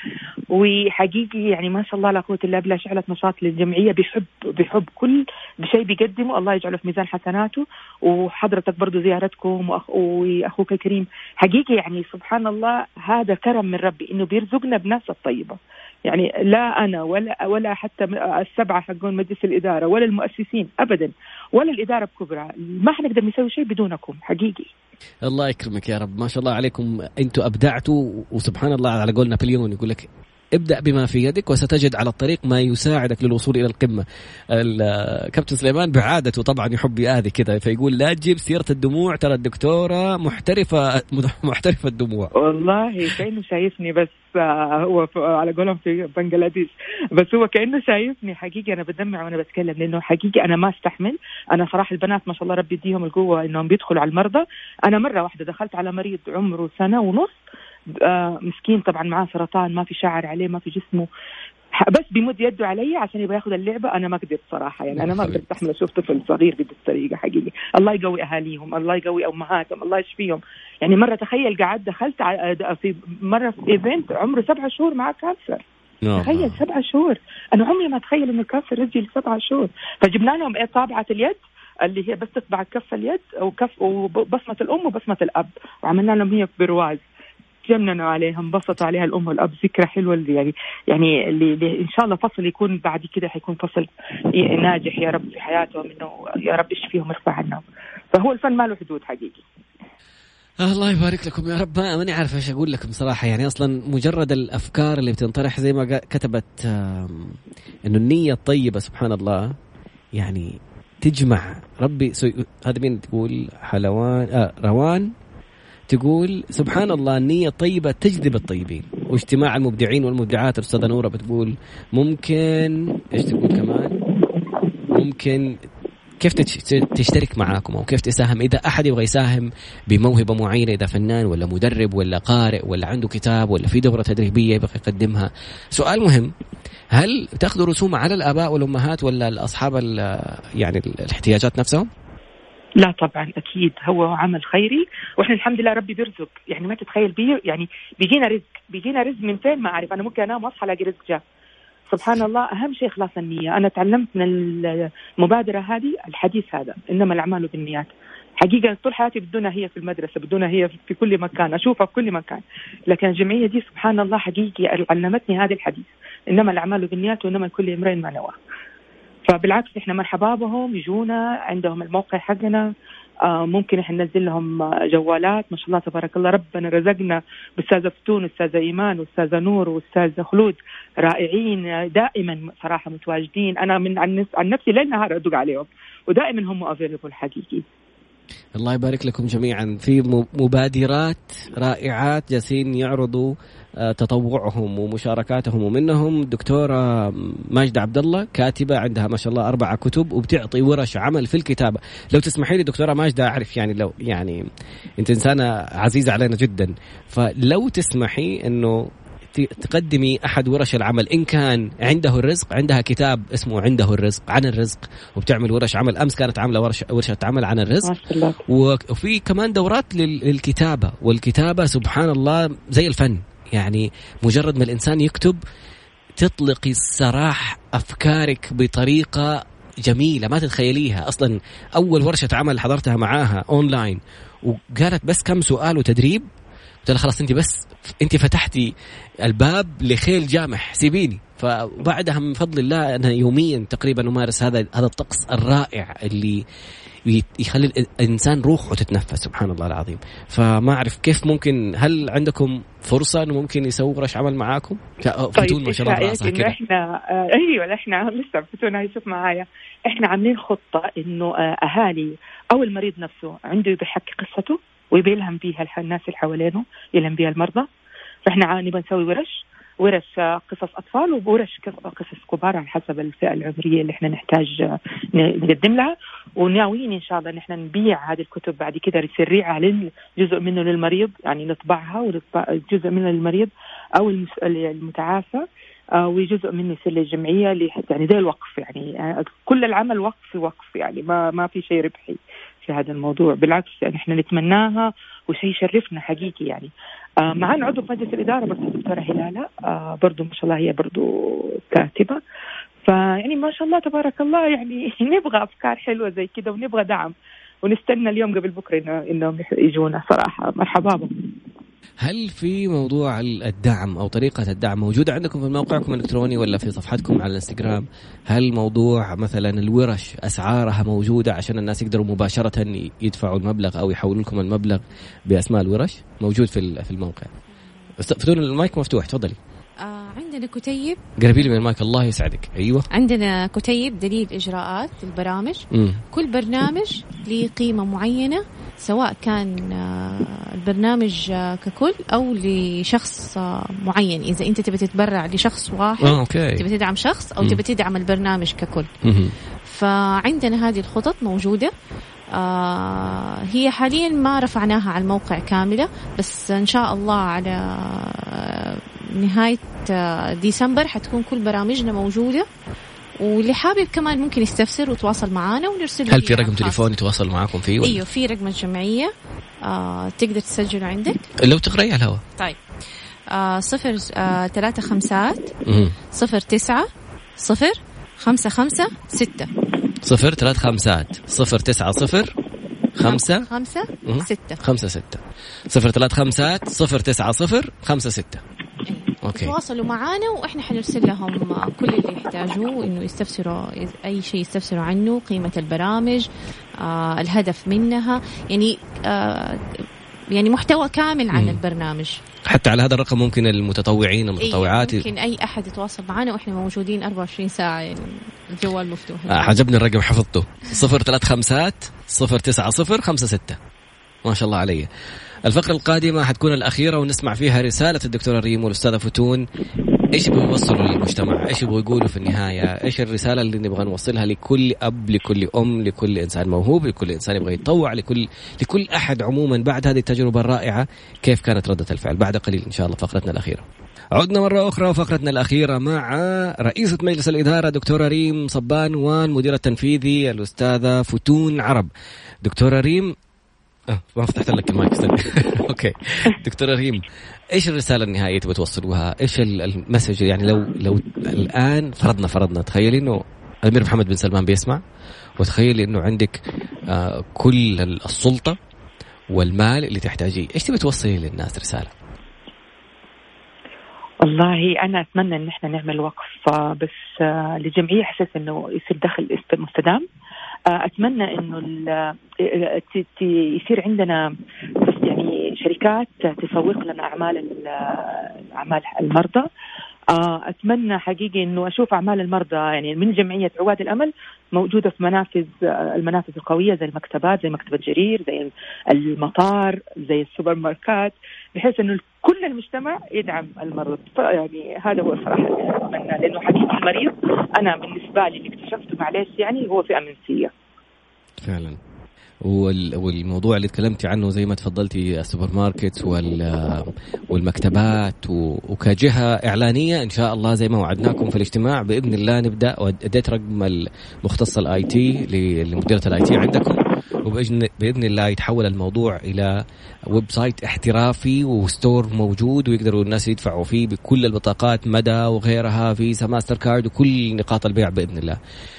وحقيقي يعني ما شاء الله لا قوه الا بالله، شعلة نشاط للجمعيه، بيحب كل شيء بيقدمه، الله يجعله في ميزان حسناته. وحضرتك برضو زيارتكم واخوك الكريم، حقيقي يعني سبحان الله هذا كرم من ربي انه بيرزقنا بناس الطيبه. يعني لا أنا ولا حتى السبعة حقون مجلس الإدارة ولا المؤسسين أبدا ولا الإدارة بكبرى ما حنقدر نسوي شيء بدونكم حقيقي. الله يكرمك يا رب، ما شاء الله عليكم، أنتوا أبدعتوا. وسبحان الله على قول نابليون يقول لك ابدأ بما في يدك وستجد على الطريق ما يساعدك للوصول إلى القمة. الكابتن سليمان بعادته طبعا يحب يآذي كذا، فيقول لا تجيب سيرة الدموع، ترى الدكتورة محترفة الدموع. والله كأنه شايفني، بس هو على قولهم في بنغلاديش، بس هو كأنه شايفني حقيقي أنا بدمع وأنا بتكلم، لأنه حقيقي أنا ما استحمل. أنا صراحة البنات ما شاء الله ربي يديهم القوة إنهم بيدخلوا على المرضى. أنا مرة واحدة دخلت على مريض عمره 1.5 سنة، مسكين طبعا معاه سرطان، ما في شعر عليه ما في جسمه، بس بيمد يده علي عشان يبغى ياخذ اللعبة. أنا ما قدرت صراحة، يعني أنا ما قدرت أستحمل أشوف طفل صغير بهذه الطريقة حقيقي. الله يقوي أهاليهم، الله يقوي أمهاتهم، الله يشفيهم. يعني مرة تخيل دخلت في مرة في إيفنت عمره 7 شهور معاه كانسر. تخيل 7 شهور، أنا عمري ما أتخيل إنه كانسر رجل 7 شهور. فجبنا لهم طابعة اليد اللي هي بس تطبع كف اليد وبصمة الأم وبصمة الأب، وعملنا لهم هي برواز، جمننا عليها، انبسطوا عليها الأم والأب. ذكرى حلوة يعني اللي إن شاء الله فصل يكون بعد كده حيكون فصل ناجح يا رب في حياتهم، إنه يا رب يشفيهم ويرفع عنهم. فهو الفن ما له حدود حقيقي. الله يبارك لكم يا رب. ماني عارف ايش اقول لكم صراحه، يعني اصلا مجرد الافكار اللي بتنطرح زي ما كتبت انه النيه الطيبه سبحان الله يعني تجمع ربي. هذا مين تقول؟ حلوان روان تقول سبحان الله النية الطيبة تجذب الطيبين، واجتماع المبدعين والمبدعات. الأستاذة نورة بتقول ممكن ايش تقول كمان، ممكن كيف تشترك معاكم أو كيف تساهم إذا أحد يبغى يساهم بموهبة معينة، إذا فنان ولا مدرب ولا قارئ ولا عنده كتاب ولا في دورة تدريبية يبغى يقدمها. سؤال مهم، هل تأخذوا رسوم على الآباء والأمهات ولا الأصحاب يعني الاحتياجات نفسهم؟ لا طبعا أكيد، هو عمل خيري وإحنا الحمد لله ربي بيرزق. يعني ما تتخيل يعني بيجينا رزق من فين ما أعرف. أنا ممكن أنام وأصحى ألاقي رزق جاء سبحان الله. أهم شيء إخلاص النية. أنا تعلمت من المبادرة هذه الحديث هذا، إنما الأعمال بالنيات. حقيقة طول حياتي بدونها هي في المدرسة، بدونها هي في كل مكان، أشوفها في كل مكان. لكن الجمعية دي سبحان الله حقيقي علمتني هذا الحديث، إنما الأعمال بالنيات وإنما كل امرئ ما نوى. فبالعكس إحنا مرحبا بهم، يجونا عندهم الموقع حقنا، ممكن إحنا ننزل لهم جوالات. ما شاء الله تبارك الله ربنا رزقنا بأستاذة فتون وأستاذة إيمان وأستاذة نور وأستاذة خلود، رائعين دائما صراحة متواجدين. أنا عن نفسي ليل نهار أدق عليهم ودائما هم أفيلبل حقيقي. الله يبارك لكم جميعا. في مبادرات رائعات جالسين يعرضوا تطوعهم ومشاركاتهم، ومنهم دكتورة ماجدة عبد الله كاتبة عندها ما شاء الله 4 كتب وبتعطي ورش عمل في الكتابة. لو تسمحي لي دكتورة ماجدة، أعرف يعني لو يعني أنت إنسانة عزيزة علينا جدا، فلو تسمحي إنه تقدمي أحد ورش العمل إن كان عنده الرزق. عندها كتاب اسمه عنده الرزق، عن الرزق، وبتعمل ورش عمل. أمس كانت عاملة ورشة عمل عن الرزق، وفي كمان دورات للكتابة. والكتابة سبحان الله زي الفن، يعني مجرد ما الإنسان يكتب تطلقي السراح أفكارك بطريقة جميلة ما تتخيليها. أصلا أول ورشة عمل حضرتها معاها أونلاين، وقالت بس كم سؤال وتدريب، قلت لها خلاص انت فتحتي الباب لخيل جامح، سيبيني. فبعدها من فضل الله أنا يوميا تقريبا أمارس هذا الطقس الرائع اللي يخلي الإنسان روحه تتنفس. سبحان الله العظيم. فما أعرف كيف ممكن، هل عندكم فرصة إنه ممكن يسووا ورش عمل معاكم؟ فتون ما شاء الله راسها كده. إحنا أيوة إحنا لسه فتون هيشوف معايا. إحنا عاملين خطة إنه أهالي أو المريض نفسه عنده بيحكي قصته ويبيلهم بيها الناس اللي حوالينه، يلهم بيها المرضى. فإحنا نبغى نسوي ورش قصص أطفال وورش قصص كبار على حسب الفئة العمرية اللي إحنا نحتاج نقدم لها. وناويين إن شاء الله نحن نبيع هذه الكتب بعد كده نسرعها جزء منه للمريض، يعني نطبعها وجزء منه للمريض أو المتعافى، وجزء منه يصير للجمعية يعني زي الوقف، يعني كل العمل وقف يعني ما في شيء ربحي في هذا الموضوع. بالعكس يعني إحنا نتمناها وشيء يشرفنا حقيقي. يعني معنا عضو في مجلس الإدارة برضو الدكتورة هلالة، برضو ما شاء الله هي برضو كاتبة، فيعني ما شاء الله تبارك الله. يعني نبغى أفكار حلوة زي كده ونبغى دعم، ونستنى اليوم قبل بكرة إنهم يجونا صراحة. مرحبا بهم. هل في موضوع الدعم أو طريقة الدعم موجودة عندكم في موقعكم الإلكتروني ولا في صفحتكم على الانستغرام؟ هل موضوع مثلا الورش أسعارها موجودة عشان الناس يقدروا مباشرة يدفعوا المبلغ أو يحولوا لكم المبلغ بأسماء الورش؟ موجود في الموقع. فتون المايك مفتوح، تفضلي. عندنا كتيب، قربي لي من المايك الله يسعدك. أيوة، عندنا كتيب دليل إجراءات البرامج. كل برنامج له قيمة معينة، سواء كان البرنامج ككل أو لشخص معين. إذا أنت تبي تتبرع لشخص واحد، تبي تدعم شخص أو تبي تدعم البرنامج ككل. فعندنا هذه الخطط موجودة. هي حاليا ما رفعناها على الموقع كاملة، بس إن شاء الله على نهاية ديسمبر حتكون كل برامجنا موجودة. واللي حابب كمان ممكن يستفسر وتواصل معنا ونرسل. هل في رقم تليفون يتواصل معاكم فيه؟ ايوه في رقم الجمعية، تقدر تسجله عندك لو تقرأي على الهواء. طيب 035 09 055 6 035 090 5 6 035 090 56. أوكي. تواصلوا معنا وإحنا حنرسل لهم كل اللي يحتاجوه، إنه يستفسروا أي شيء يستفسروا عنه، قيمة البرامج، الهدف منها، يعني محتوى كامل عن البرنامج. حتى على هذا الرقم ممكن المتطوعين المتطوعات ممكن أي أحد يتواصل معنا، وإحنا موجودين 24 ساعة، يعني الجوال مفتوح. عجبني الرقم، حفظته 035 090 56. ما شاء الله علي. الفقرة القادمة حتكون الأخيرة ونسمع فيها رسالة الدكتورة ريم والأستاذة فتون. إيش يبغوا يوصلوا للمجتمع؟ إيش يبغوا يقولوا في النهاية؟ إيش الرسالة اللي نبغى نوصلها لكل أب، لكل أم، لكل إنسان موهوب، لكل إنسان يبغى يتطوع، لكل أحد عموما بعد هذه التجربة الرائعة؟ كيف كانت ردة الفعل؟ بعد قليل إن شاء الله فقرتنا الأخيرة. عدنا مرة أخرى وفقرتنا الأخيرة مع رئيسة مجلس الإدارة دكتورة ريم صبان، والمدير التنفيذي الأستاذة فتون عرب. دكتورة ريم، ما فتحت لك المايك اوكي. دكتورة ريم، ايش الرسالة النهائية تبغى توصلوها؟ ايش المسج؟ يعني لو الآن فرضنا تخيلي انه الأمير محمد بن سلمان بيسمع، وتخيلي انه عندك كل السلطة والمال اللي تحتاجيه، ايش تبغى توصلي للناس رسالة؟ والله أنا أتمنى إن إحنا نعمل وقف بس لجمعية حسيت إنه يصير دخل مستدام. أتمنى إنه يصير عندنا يعني شركات تسوق لنا أعمال المرضى. أتمنى حقيقي إنه أشوف أعمال المرضى يعني من جمعية رواد الأمل موجودة في المنافذ القوية، زي المكتبات، زي مكتبة جرير، زي المطار، زي السوبر ماركات، بحيث إنه كل المجتمع يدعم المرض. يعني هذا هو الصراحة اللي أتمنى، لأنه حقيقي المريض أنا بالنسبة لي اللي اكتشفته معلش يعني هو فئة منسية فعلا. والموضوع اللي تكلمتي عنه زي ما تفضلتي، السوبر ماركت والمكتبات وكجهة إعلانية، إن شاء الله زي ما وعدناكم في الاجتماع بإذن الله نبدأ. وأديت رقم المختص الآي تي لمديرة الآي تي عندكم، وبإذن الله يتحول الموضوع إلى ويب سايت احترافي وستور موجود ويقدروا الناس يدفعوا فيه بكل البطاقات، مدى وغيرها، فيزا، ماستر كارد، وكل نقاط البيع بإذن الله.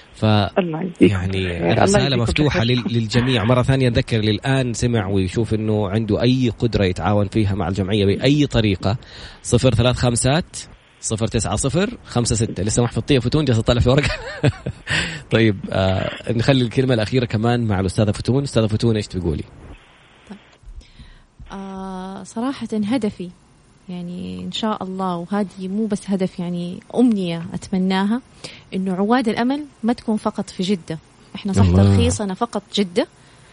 يعني الرسالة مفتوحة للجميع. مرة ثانية نذكر للآن سمع ويشوف إنه عنده أي قدرة يتعاون فيها مع الجمعية بأي طريقة، 035 09056 لسه محفظتيه فتون جالس اطلع في ورقه. طيب نخلي الكلمه الاخيره كمان مع الاستاذه فتون. استاذه فتون ايش تقولي؟ صراحه هدفي يعني إن شاء الله، وهذه مو بس هدف يعني أمنية أتمناها، إنه رواد الأمل ما تكون فقط في جدة. إحنا صح ترخيصنا فقط جدة،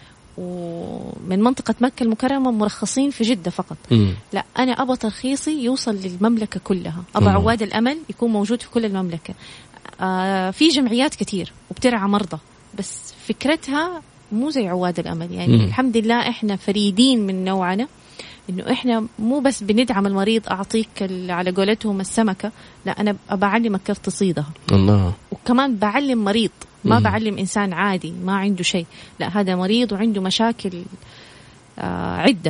ومن منطقة مكة المكرمة مرخصين في جدة فقط. لا، أنا أبغى ترخيصي يوصل للمملكة كلها، أبغى رواد الأمل يكون موجود في كل المملكة. في جمعيات كتير وبترعى مرضى، بس فكرتها مو زي رواد الأمل. يعني الحمد لله إحنا فريدين من نوعنا، إنه إحنا مو بس بندعم المريض أعطيك على قولتهم السمكة، لا أنا بعلمك كيف تصيدها. الله. وكمان بعلم مريض، ما بعلم إنسان عادي ما عنده شيء، لا هذا مريض وعنده مشاكل عدة.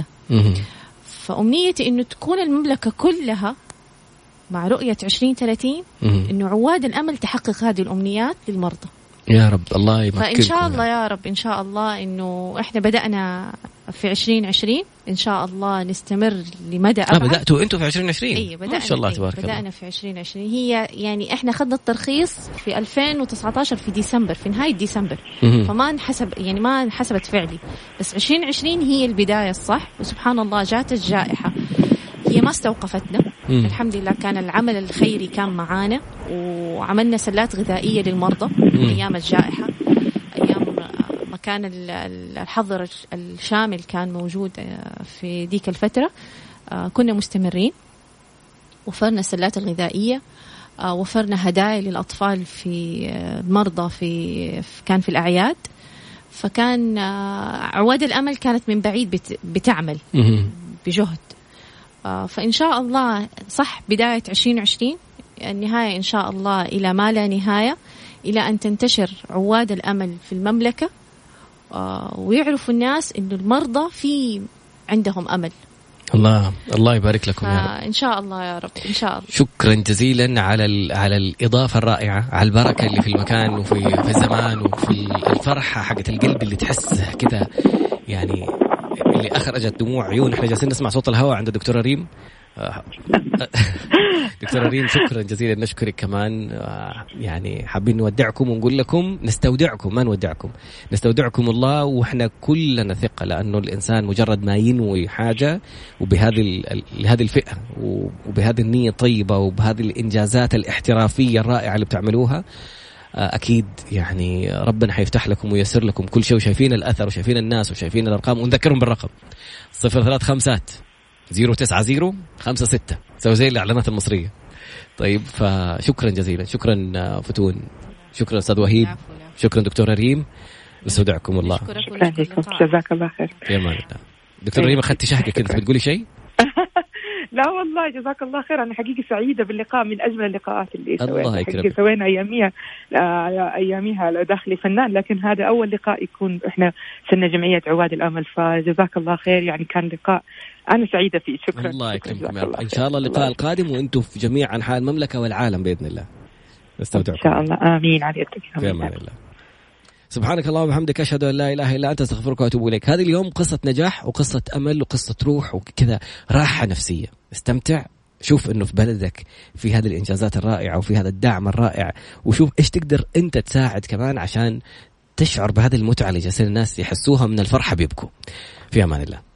فأمنيتي إنه تكون المملكة كلها مع رؤية 2030 إنه رواد الأمل تحقق هذه الأمنيات للمرضى. يا رب الله يمكنكم. فإن شاء الله يا رب إن شاء الله إنه إحنا بدأنا في 2020 إن شاء الله نستمر لمدى أبعد. بدأتوا أنتوا في 2020؟ إيه بدأنا. ما شاء الله تبارك الله. بدأنا في 2020. هي يعني إحنا خدنا الترخيص في 2019 في ديسمبر، في نهاية ديسمبر. فما نحسب يعني ما انحسبت فعلي، بس 2020 هي البداية الصح. وسبحان الله جات الجائحة، هي ما استوقفتنا. الحمد لله كان العمل الخيري كان معانا، وعملنا سلات غذائية للمرضى أيام الجائحة، أيام ما كان الحظر الشامل كان موجود في ديك الفترة. كنا مستمرين، وفرنا السلات الغذائية، وفرنا هدايا للأطفال في المرضى كان في الأعياد. فكان رواد الأمل كانت من بعيد بتعمل بجهد. فإن شاء الله صح بداية 2020 النهاية إن شاء الله إلى ما لا نهاية، إلى أن تنتشر رواد الأمل في المملكة، ويعرفوا الناس إنه المرضى في عندهم أمل. الله يبارك لكم يا رب. إن شاء الله يا رب إن شاء الله. شكرا جزيلا على الإضافة الرائعة، على البركة اللي في المكان وفي الزمان، وفي الفرحة حقت القلب اللي تحس كذا يعني اللي أخرجت دموع عيون. احنا جالسين نسمع صوت الهواء عند الدكتورة ريم. دكتورة ريم شكرا جزيلا، نشكرك كمان. يعني حابين نودعكم ونقول لكم نستودعكم، ما نودعكم، نستودعكم الله، وإحنا كلنا ثقة، لأنه الإنسان مجرد ما ينوي حاجة وبهذه الفئة وبهذه النية الطيبة وبهذه الإنجازات الاحترافية الرائعة اللي بتعملوها، أكيد يعني ربنا حيفتح لكم ويسر لكم كل شيء. وشايفين الأثر وشايفين الناس وشايفين الأرقام، ونذكرهم بالرقم 035-090-56 سوي زي الإعلانات المصرية. طيب فشكرا جزيلا، شكرا فتون، شكرا أستاذ وهيب، شكرا دكتورة ريم، نستودعكم الله. شكرا لكم، جزاك الله خير. في أمان الله. دكتورة ريم أخذتي شهقة كده، بتقولي شيء؟ لا والله جزاك الله خير، أنا حقيقة سعيدة باللقاء، من أجمل اللقاءات اللي الله يكرمك. سوينا أياميها داخل فنان، لكن هذا أول لقاء يكون إحنا سنة جمعية رواد الأمل، فجزاك الله خير، يعني كان لقاء أنا سعيدة فيه. شكرا. الله يكرمكم يا رب. إن شاء الله اللقاء القادم وأنتم في جميع أنحاء المملكة والعالم بإذن الله. نستودعكم إن شاء الله. آمين على يدك. في أمان الله. سبحانك اللهم وبحمدك، أشهد أن لا إله إلا أنت، أستغفرك وأتوب إليك. هذه اليوم قصة نجاح وقصة أمل وقصة روح وكذا راحة نفسية. استمتع، شوف إنه في بلدك في هذه الإنجازات الرائعة وفي هذا الدعم الرائع، وشوف إيش تقدر أنت تساعد كمان عشان تشعر بهذه المتعة اللي جالسين الناس يحسوها من الفرحة بيبكوا. في أمان الله.